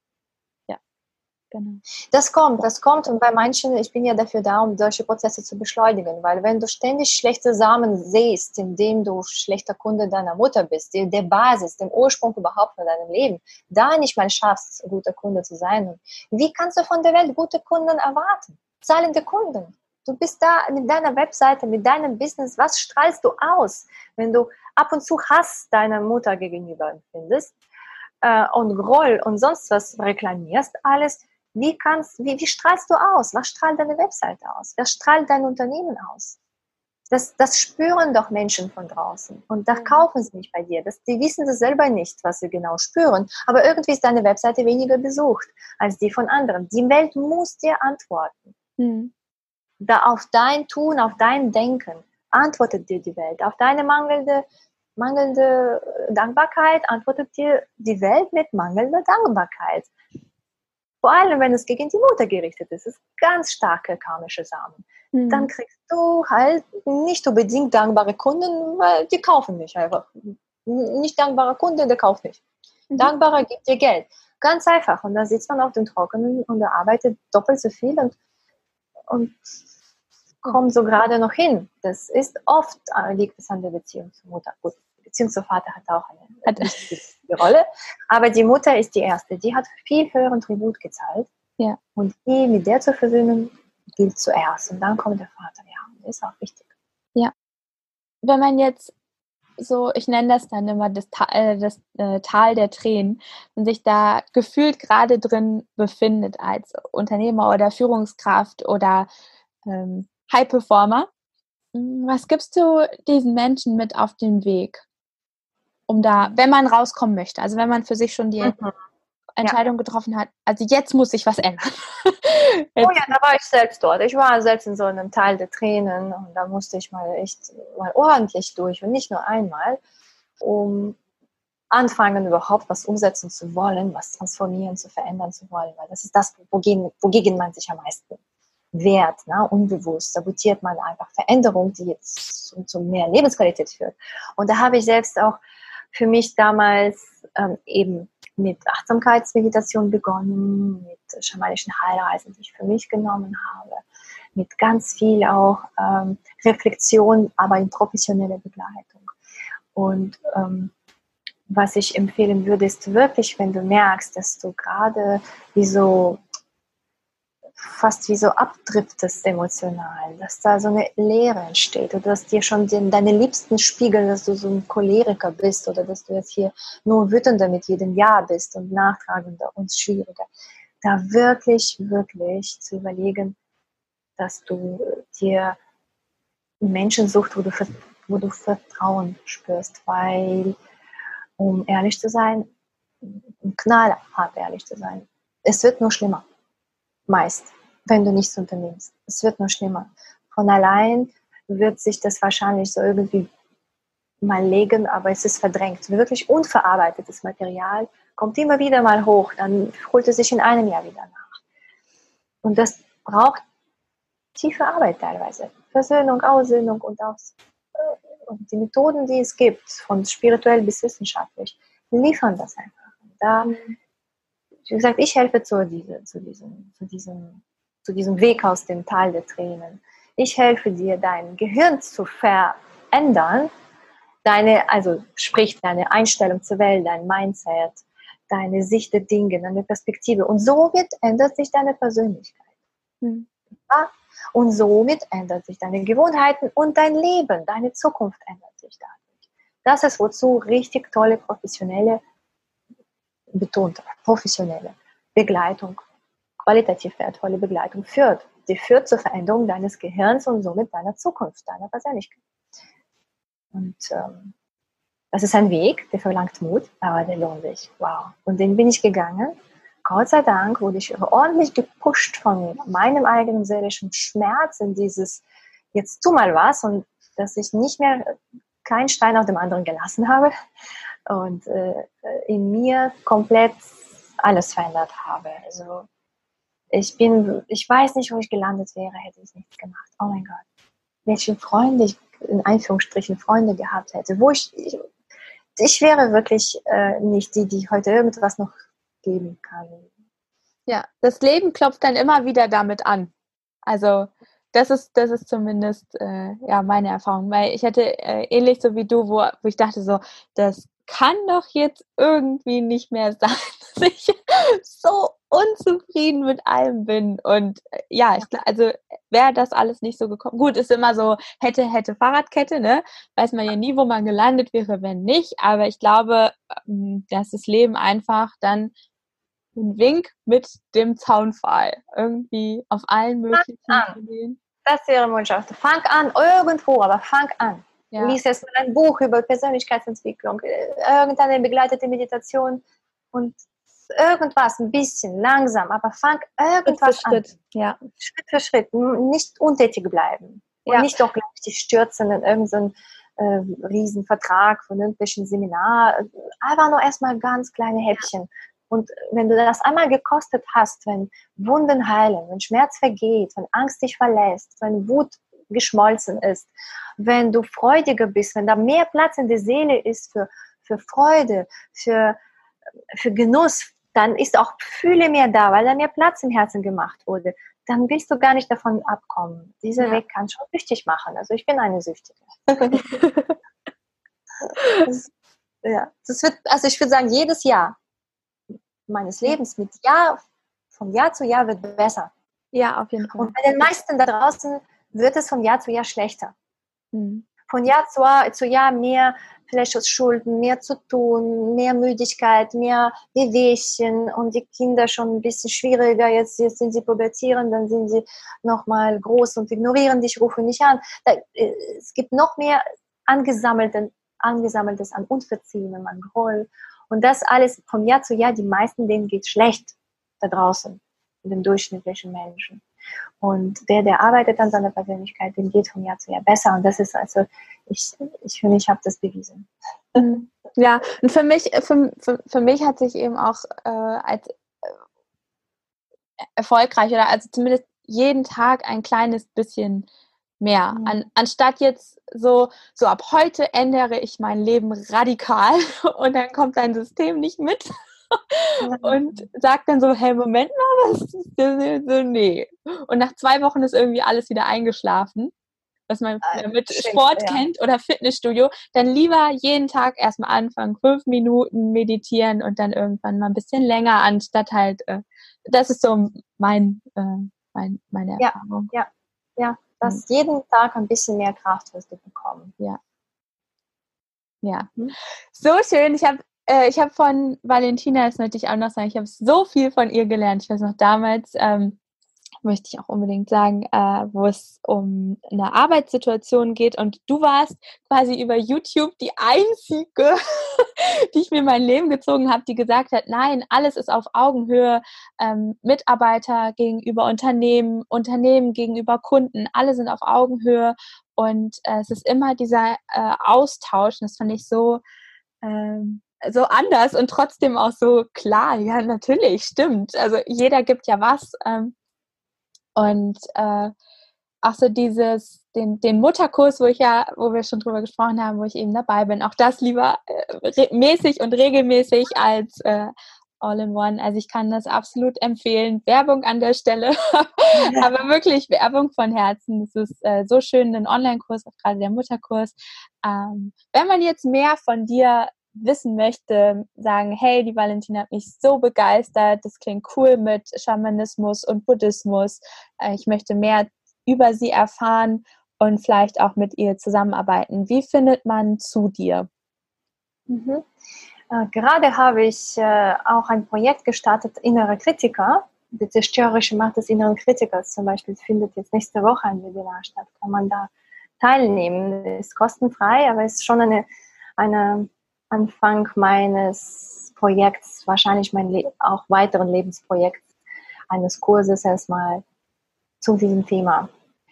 A: Genau.
B: Das kommt, das kommt und bei manchen, ich bin ja dafür da, um solche Prozesse zu beschleunigen, weil wenn du ständig schlechte Samen sähst, indem du schlechter Kunde deiner Mutter bist, der Basis, dem Ursprung überhaupt von deinem Leben, da nicht mal schaffst, guter Kunde zu sein, wie kannst du von der Welt gute Kunden erwarten? Zahlende Kunden. Du bist da mit deiner Webseite, mit deinem Business, was strahlst du aus, wenn du ab und zu Hass deiner Mutter gegenüber empfindest äh, und Groll und sonst was reklamierst, alles. Wie, kannst, wie, wie strahlst du aus? Was strahlt deine Webseite aus? Was strahlt dein Unternehmen aus? Das, das spüren doch Menschen von draußen. Und da kaufen sie nicht bei dir. Das, die wissen das selber nicht, was sie genau spüren. Aber irgendwie ist deine Webseite weniger besucht als die von anderen. Die Welt muss dir antworten. Mhm. Da auf dein Tun, auf dein Denken antwortet dir die Welt. Auf deine mangelnde, mangelnde Dankbarkeit antwortet dir die Welt mit mangelnder Dankbarkeit. Vor allem, wenn es gegen die Mutter gerichtet ist. Das ist ganz starke karmische Samen. Mhm. Dann kriegst du halt nicht unbedingt dankbare Kunden, weil die kaufen nicht einfach. Nicht dankbarer Kunde, der kauft nicht. Mhm. Dankbarer gibt dir Geld. Ganz einfach. Und dann sitzt man auf dem Trockenen und er arbeitet doppelt so viel und, und kommt so gerade noch hin. Das ist oft, liegt es an der Beziehung zur Mutter. Gut, Beziehung zum Vater hat auch eine wichtige Rolle. Aber die Mutter ist die Erste. Die hat viel höheren Tribut gezahlt.
A: Ja.
B: Und die mit der zu versöhnen, gilt zuerst. Und dann kommt der Vater. Ja, das ist auch wichtig.
A: Ja. Wenn man jetzt so, ich nenne das dann immer das, äh, das äh, Tal der Tränen, und sich da gefühlt gerade drin befindet als Unternehmer oder Führungskraft oder ähm, High-Performer, was gibst du diesen Menschen mit auf den Weg, um da, wenn man rauskommen möchte, also wenn man für sich schon die mhm. Entscheidung ja. getroffen hat, also jetzt muss sich was ändern.
B: Oh ja, da war ich selbst dort. Ich war selbst in so einem Tal der Tränen und da musste ich mal echt mal ordentlich durch und nicht nur einmal, um anfangen, überhaupt was umsetzen zu wollen, was transformieren, zu verändern zu wollen, weil das ist das, wogegen, wogegen man sich am meisten wehrt, ne? Unbewusst sabotiert man einfach Veränderung, die jetzt zu, zu mehr Lebensqualität führt. Und da habe ich selbst auch für mich damals ähm, eben mit Achtsamkeitsmeditation begonnen, mit schamanischen Heilreisen, die ich für mich genommen habe, mit ganz viel auch ähm, Reflexion, aber in professioneller Begleitung. Und ähm, was ich empfehlen würde, ist wirklich, wenn du merkst, dass du gerade wie so fast wie so abdriftest emotional, dass da so eine Leere entsteht oder dass dir schon den, deine Liebsten spiegeln, dass du so ein Choleriker bist oder dass du jetzt hier nur wütender mit jedem Jahr bist und nachtragender und schwieriger. Da wirklich, wirklich zu überlegen, dass du dir Menschen suchst, wo du, wo du Vertrauen spürst, weil, um ehrlich zu sein, um knallhart ehrlich zu sein, es wird nur schlimmer. Meist, wenn du nichts unternimmst. Es wird nur schlimmer. Von allein wird sich das wahrscheinlich so irgendwie mal legen, aber es ist verdrängt. Wirklich unverarbeitetes Material kommt immer wieder mal hoch, dann holt es sich in einem Jahr wieder nach. Und das braucht tiefe Arbeit teilweise. Versöhnung, Aussöhnung und, aus, und die Methoden, die es gibt, von spirituell bis wissenschaftlich, liefern das einfach. Da Wie gesagt, ich helfe zu, diese, zu, diesem, zu, diesem, zu diesem Weg aus dem Tal der Tränen. Ich helfe dir, dein Gehirn zu verändern, deine, also sprich deine Einstellung zur Welt, dein Mindset, deine Sicht der Dinge, deine Perspektive. Und somit ändert sich deine Persönlichkeit. Hm. Ja? Und somit ändert sich deine Gewohnheiten und dein Leben, deine Zukunft ändert sich dadurch. Das ist, wozu richtig tolle professionelle betont, professionelle Begleitung, qualitativ wertvolle Begleitung führt. Die führt zur Veränderung deines Gehirns und somit deiner Zukunft, deiner Persönlichkeit. Und ähm, das ist ein Weg, der verlangt Mut, aber der lohnt sich. Wow. Und den bin ich gegangen. Gott sei Dank wurde ich ordentlich gepusht von meinem eigenen seelischen Schmerz in dieses, jetzt tu mal was, und dass ich nicht mehr keinen Stein auf dem anderen gelassen habe und äh, in mir komplett alles verändert habe. Also ich bin, ich weiß nicht, wo ich gelandet wäre, hätte ich nichts gemacht. Oh mein Gott, welche Freunde ich, in Anführungsstrichen Freunde gehabt hätte, wo ich, ich, ich wäre wirklich äh, nicht die, die heute irgendwas noch geben kann.
A: Ja, das Leben klopft dann immer wieder damit an. Also das ist, das ist zumindest äh, ja meine Erfahrung, weil ich hätte äh, ähnlich so wie du, wo, wo ich dachte so, das kann doch jetzt irgendwie nicht mehr sein, dass ich so unzufrieden mit allem bin. Und äh, ja, ich, also wäre das alles nicht so gekommen. Gut, ist immer so, hätte, hätte Fahrradkette, ne? Weiß man ja nie, wo man gelandet wäre, wenn nicht. Aber ich glaube, ähm, dass das Leben einfach dann ein Wink mit dem Zaunpfahl irgendwie auf allen möglichen
B: Kanälen. Das ist ihre Botschaft. Fang an, irgendwo, aber fang an. Ja. Lies erst mal ein Buch über Persönlichkeitsentwicklung, irgendeine begleitete Meditation und irgendwas, ein bisschen, langsam, aber fang irgendwas
A: Schritt für Schritt.
B: an. Ja. Schritt für Schritt, nicht untätig bleiben. Und ja. nicht doch gleich die stürzen in irgendeinen äh, Riesenvertrag von irgendwelchen Seminar. Einfach nur erstmal ganz kleine Häppchen. Und wenn du das einmal gekostet hast, wenn Wunden heilen, wenn Schmerz vergeht, wenn Angst dich verlässt, wenn Wut geschmolzen ist, wenn du freudiger bist, wenn da mehr Platz in der Seele ist für, für Freude, für, für Genuss, dann ist auch Fühle mehr da, weil da mehr Platz im Herzen gemacht wurde. Dann willst du gar nicht davon abkommen. Dieser ja. Weg kann schon süchtig machen. Also ich bin eine Süchtige. das, ja, das wird, also ich würde sagen, jedes Jahr meines Lebens mit Jahr, von Jahr zu Jahr wird besser.
A: Ja, auf jeden Fall.
B: Und bei den meisten da draußen wird es von Jahr zu Jahr schlechter.
A: Mhm.
B: Von Jahr zu Jahr, zu Jahr mehr vielleicht aus Schulden, mehr zu tun, mehr Müdigkeit, mehr Wehwehchen und die Kinder schon ein bisschen schwieriger. Jetzt, jetzt sind sie pubertieren, dann sind sie nochmal groß und ignorieren dich, rufen nicht an. Da, es gibt noch mehr angesammelte, angesammeltes an Unverziehen, an Groll. Und das alles von Jahr zu Jahr, die meisten, denen geht schlecht da draußen, den durchschnittlichen Menschen. Und der, der arbeitet an seiner Persönlichkeit, dem geht von Jahr zu Jahr besser. Und das ist also, ich, ich für mich habe das bewiesen.
A: Ja, und für mich, für, für, für mich hat sich eben auch äh, als äh, erfolgreich oder also zumindest jeden Tag ein kleines bisschen mehr. Mhm. An, anstatt jetzt so, so ab heute ändere ich mein Leben radikal und dann kommt dein System nicht mit. Und sagt dann so, hey, Moment mal, was ist das? So, nee. Und nach zwei Wochen ist irgendwie alles wieder eingeschlafen, was man äh, mit Schick, Sport ja. kennt oder Fitnessstudio. Dann lieber jeden Tag erstmal anfangen, fünf Minuten meditieren und dann irgendwann mal ein bisschen länger, anstatt halt, äh, das ist so mein, äh, mein meine
B: ja,
A: Erfahrung.
B: Ja, ja, dass mhm. jeden Tag ein bisschen mehr Kraft wirst du bekommen.
A: Ja. Ja. Mhm. So schön. Ich habe Äh, ich habe von Valentina, das möchte ich auch noch sagen, ich habe so viel von ihr gelernt. Ich weiß noch, damals ähm, möchte ich auch unbedingt sagen, äh, wo es um eine Arbeitssituation geht und du warst quasi über YouTube die Einzige, die ich mir in mein Leben gezogen habe, die gesagt hat, nein, alles ist auf Augenhöhe, ähm, Mitarbeiter gegenüber Unternehmen, Unternehmen gegenüber Kunden, alle sind auf Augenhöhe und äh, es ist immer dieser äh, Austausch und das fand ich so ähm, so anders und trotzdem auch so klar, ja, natürlich, stimmt. Also jeder gibt ja was. Ähm, und äh, auch so dieses, den, den Mutterkurs, wo ich ja, wo wir schon drüber gesprochen haben, wo ich eben dabei bin, auch das lieber äh, re- mäßig und regelmäßig als äh, All-in-One. Also ich kann das absolut empfehlen. Werbung an der Stelle, aber wirklich Werbung von Herzen. Es ist äh, so schön, ein Online-Kurs, auch gerade der Mutterkurs. Ähm, wenn man jetzt mehr von dir wissen möchte, sagen, hey, die Valentina hat mich so begeistert, das klingt cool mit Schamanismus und Buddhismus, äh, ich möchte mehr über sie erfahren und vielleicht auch mit ihr zusammenarbeiten. Wie findet man zu dir?
B: Mhm. Äh, gerade habe ich äh, auch ein Projekt gestartet, Innere Kritiker. Die zerstörerische Macht des inneren Kritikers zum Beispiel findet jetzt nächste Woche ein Webinar statt. Kann man da teilnehmen. Ist kostenfrei, aber ist schon eine, eine Anfang meines Projekts, wahrscheinlich mein Le- auch weiteren Lebensprojekts, eines Kurses erstmal zu diesem Thema.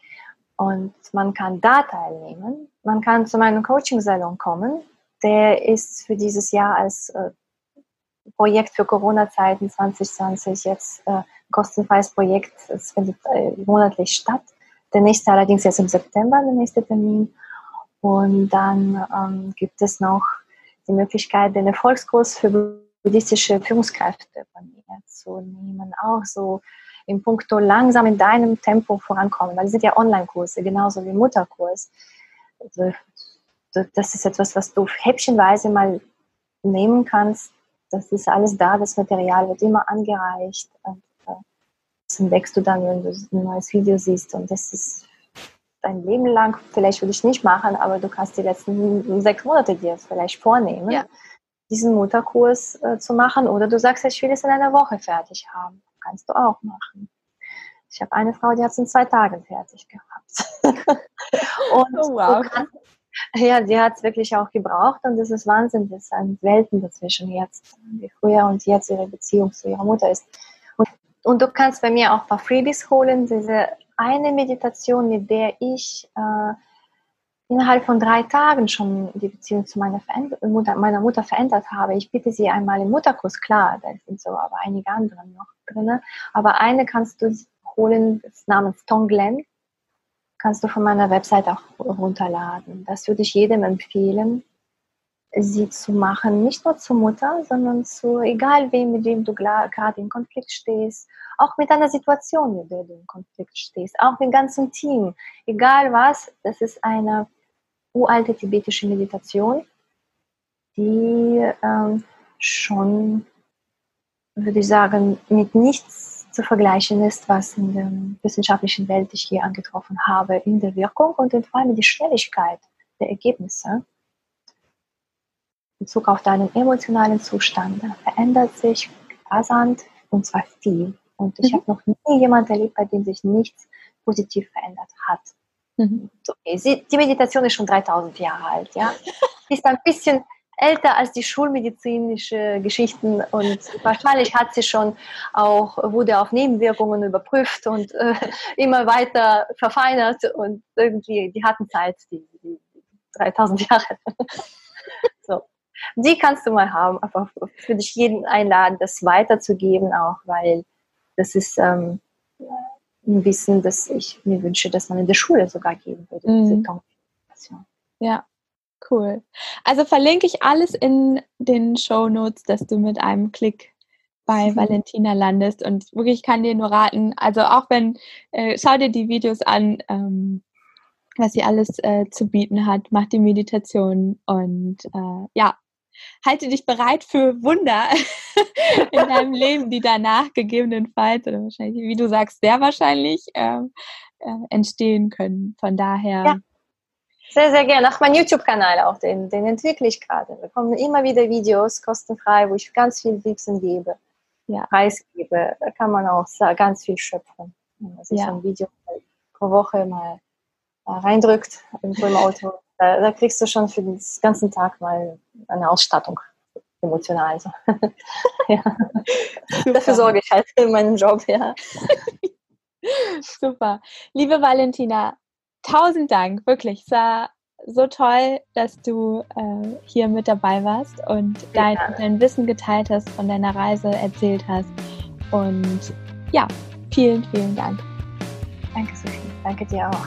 B: Und man kann da teilnehmen. Man kann zu meinem Coaching-Salon kommen. Der ist für dieses Jahr als äh, Projekt für Corona-Zeiten zwanzig zwanzig jetzt äh, kostenfreies Projekt. Es findet äh, monatlich statt. Der nächste allerdings jetzt im September, der nächste Termin. Und dann ähm, gibt es noch die Möglichkeit, den Erfolgskurs für buddhistische Führungskräfte von mir zu nehmen. Auch so im Punkto langsam in deinem Tempo vorankommen, weil es sind ja Online-Kurse, genauso wie Mutterkurs. Also, das ist etwas, was du häppchenweise mal nehmen kannst. Das ist alles da, das Material wird immer angereicht. Und äh, das entdeckst du dann, wenn du ein neues Video siehst. Und das ist dein Leben lang, vielleicht würde ich nicht machen, aber du kannst die letzten sechs Monate dir vielleicht vornehmen, ja. diesen Mutterkurs äh, zu machen. Oder du sagst, ich will es in einer Woche fertig haben. Kannst du auch machen. Ich habe eine Frau, die hat es in zwei Tagen fertig gehabt. Und oh, wow. kannst, ja, die hat es wirklich auch gebraucht und das ist Wahnsinn, das sind Welten dazwischen jetzt, wie früher und jetzt ihre Beziehung zu ihrer Mutter ist. Und, und du kannst bei mir auch ein paar Freebies holen, diese eine Meditation, mit der ich äh, innerhalb von drei Tagen schon die Beziehung zu meiner, Mutter, meiner Mutter verändert habe. Ich bitte sie einmal im Mutterkurs, klar, da sind so aber einige andere noch drin. Aber eine kannst du holen, des Namens Tonglen, kannst du von meiner Website auch runterladen. Das würde ich jedem empfehlen, sie zu machen, nicht nur zur Mutter, sondern zu egal wem, mit dem du gerade in Konflikt stehst, auch mit einer Situation, mit der du in Konflikt stehst, auch mit dem ganzen Team, egal was, das ist eine uralte tibetische Meditation, die ähm, schon, würde ich sagen, mit nichts zu vergleichen ist, was in der wissenschaftlichen Welt ich hier angetroffen habe, in der Wirkung und vor allem die Schnelligkeit der Ergebnisse. In Bezug auf deinen emotionalen Zustand verändert sich rasant und zwar viel. Und ich mhm. habe noch nie jemanden erlebt, bei dem sich nichts positiv verändert hat. Mhm. Okay, die Meditation ist schon dreitausend Jahre alt, ja. Ist ein bisschen älter als die schulmedizinische Geschichten und wahrscheinlich hat sie schon auch, wurde auf Nebenwirkungen überprüft und äh, immer weiter verfeinert und irgendwie, die hatten Zeit, die, die dreitausend Jahre. So. Die kannst du mal haben, aber würde ich jeden einladen, das weiterzugeben auch, weil das ist ähm, ein Wissen, das ich mir wünsche, dass man in der Schule sogar geben würde.
A: Mhm. Ja, cool. Also verlinke ich alles in den Shownotes, dass du mit einem Klick bei mhm. Valentina landest und wirklich, ich kann dir nur raten, also auch wenn, äh, schau dir die Videos an, ähm, was sie alles äh, zu bieten hat, mach die Meditation und äh, ja, halte dich bereit für Wunder in deinem Leben, die danach gegebenenfalls oder wahrscheinlich, wie du sagst, sehr wahrscheinlich äh, äh, entstehen können. Von daher.
B: Ja, sehr, sehr gerne. Auch mein YouTube-Kanal auch, den, den entwickle ich gerade. Da kommen immer wieder Videos kostenfrei, wo ich ganz viel Wissen gebe, ja. preisgebe. Da kann man auch ganz viel schöpfen. Wenn sich ja. so ein Video pro Woche mal reindrückt irgendwo im Auto. Da, da kriegst du schon für den ganzen Tag mal eine Ausstattung, emotional. So. Ja. Dafür sorge ich halt in meinem Job. Ja.
A: Super. Liebe Valentina, tausend Dank, wirklich. Es war so toll, dass du äh, hier mit dabei warst und dein, ja. dein Wissen geteilt hast, von deiner Reise erzählt hast. Und ja, vielen, vielen Dank.
B: Danke, Sophie. Danke dir auch.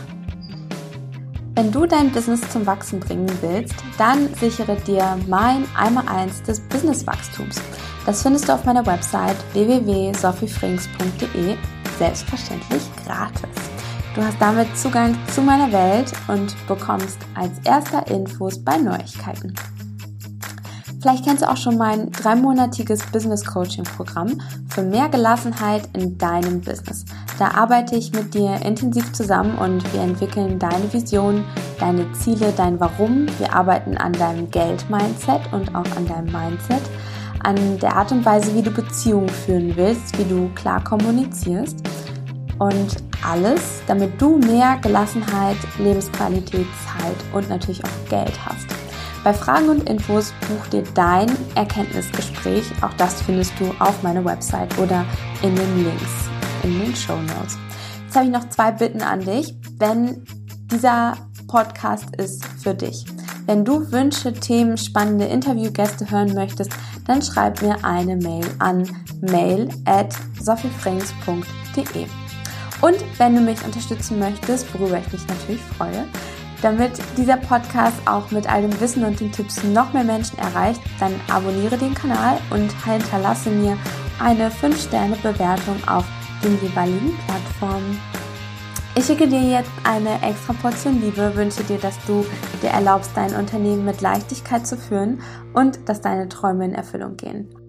C: Wenn du dein Business zum Wachsen bringen willst, dann sichere dir mein Einmaleins des Businesswachstums. Das findest du auf meiner Website w w w punkt sophie frings punkt d e, selbstverständlich gratis. Du hast damit Zugang zu meiner Welt und bekommst als erster Infos bei Neuigkeiten. Vielleicht kennst du auch schon mein dreimonatiges Business-Coaching-Programm für mehr Gelassenheit in deinem Business. Da arbeite ich mit dir intensiv zusammen und wir entwickeln deine Vision, deine Ziele, dein Warum. Wir arbeiten an deinem Geld-Mindset und auch an deinem Mindset, an der Art und Weise, wie du Beziehungen führen willst, wie du klar kommunizierst und alles, damit du mehr Gelassenheit, Lebensqualität, Zeit und natürlich auch Geld hast. Bei Fragen und Infos buch dir dein Erkenntnisgespräch. Auch das findest du auf meiner Website oder in den Links in den Shownotes. Jetzt habe ich noch zwei Bitten an dich, wenn dieser Podcast ist für dich. Wenn du Wünsche, Themen, spannende Interviewgäste hören möchtest, dann schreib mir eine Mail an mail at sophie frings punkt d e. Und wenn du mich unterstützen möchtest, worüber ich mich natürlich freue, damit dieser Podcast auch mit all dem Wissen und den Tipps noch mehr Menschen erreicht, dann abonniere den Kanal und hinterlasse mir eine fünf Sterne Bewertung auf den jeweiligen Plattformen. Ich schicke dir jetzt eine extra Portion Liebe, wünsche dir, dass du dir erlaubst, dein Unternehmen mit Leichtigkeit zu führen und dass deine Träume in Erfüllung gehen.